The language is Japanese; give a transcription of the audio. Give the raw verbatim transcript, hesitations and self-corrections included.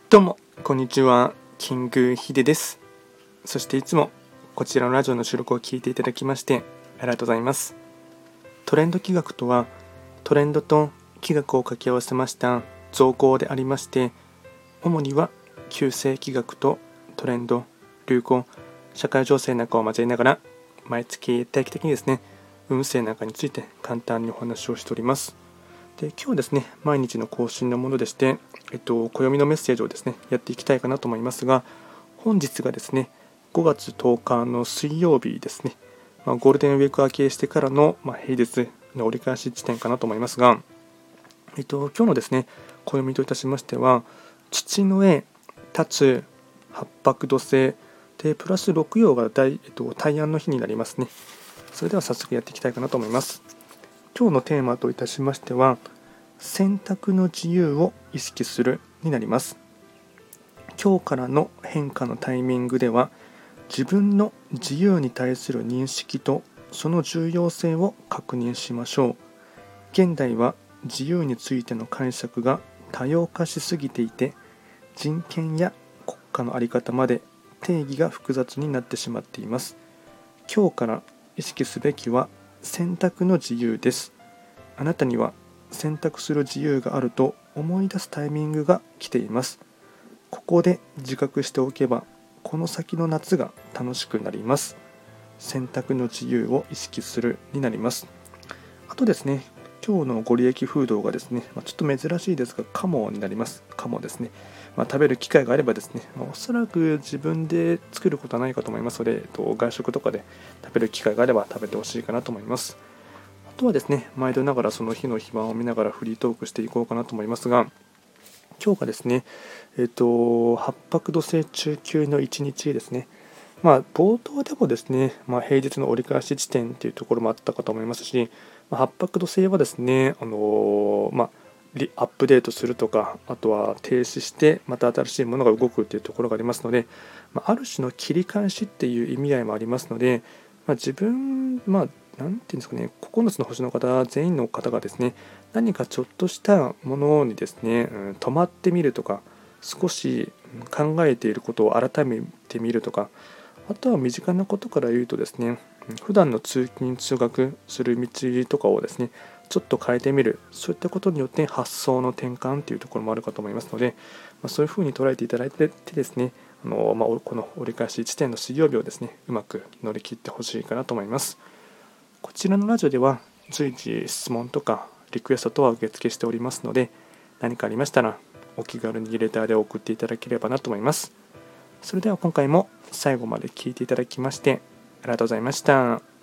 どうもこんにちは、キングヒデです。そしていつもこちらのラジオの収録を聞いていただきましてありがとうございます。トレンド企画とは、トレンドと企画を掛け合わせました造語でありまして、主には旧世企画とトレンド、流行、社会情勢なんかを交えながら、毎月定期的にですね、運勢なんかについて簡単にお話をしております。で今日はですね、毎日の更新のものでして、えっと、暦のメッセージをですね、やっていきたいかなと思いますが、本日がですね、ごがつとおかの水曜日ですね、まあ、ゴールデンウィーク明けしてからの、まあ、平日の折り返し地点かなと思いますが、えっと、今日のですね、暦といたしましては、父の絵、立つ、八白土星、で、プラス六曜が大、えっと、大安の日になりますね。それでは早速やっていきたいかなと思います。今日のテーマといたしましては、選択の自由を意識するになります。今日からの変化のタイミングでは、自分の自由に対する認識とその重要性を確認しましょう。現代は自由についての解釈が多様化しすぎていて、人権や国家の在り方まで定義が複雑になってしまっています。今日から意識すべきは選択の自由です。あなたには選択する自由があると思い出すタイミングが来ています。ここで自覚しておけば、この先の夏が楽しくなります。選択の自由を意識するになります。あとですね、今日のご利益フードがですね、まあ、ちょっと珍しいですが、カモになります。カモですね。まあ、食べる機会があればですね、まあ、おそらく自分で作ることはないかと思いますので、えっと、外食とかで食べる機会があれば食べてほしいかなと思います。あとはですね、毎度ながらその日の暇を見ながらフリートークしていこうかなと思いますが、今日がですね、えっと、八白土星中級のいちにちですね。まあ、冒頭でもですね、まあ、平日の折り返し地点というところもあったかと思いますし、まあ、八白土星はですね、あのー、まあ、リアップデートするとか、あとは停止してまた新しいものが動くというところがありますので、まあ、ある種の切り返しっていう意味合いもありますので、まあ、自分、まあ、なんていうんですかね、ここのつの星の方全員の方がですね、何かちょっとしたものにですね、うん、止まってみるとか、少し考えていることを改めてみるとか、あとは身近なことから言うとですね、普段の通勤通学する道とかをですね、ちょっと変えてみる、そういったことによって発想の転換というところもあるかと思いますので、まあ、そういうふうに捉えていただいてですね、あのまあ、この折り返し地点の水曜日をですね、うまく乗り切ってほしいかなと思います。こちらのラジオでは随時質問とかリクエストとは受付しておりますので、何かありましたらお気軽にレターで送っていただければなと思います。それでは今回も最後まで聞いていただきましてありがとうございました。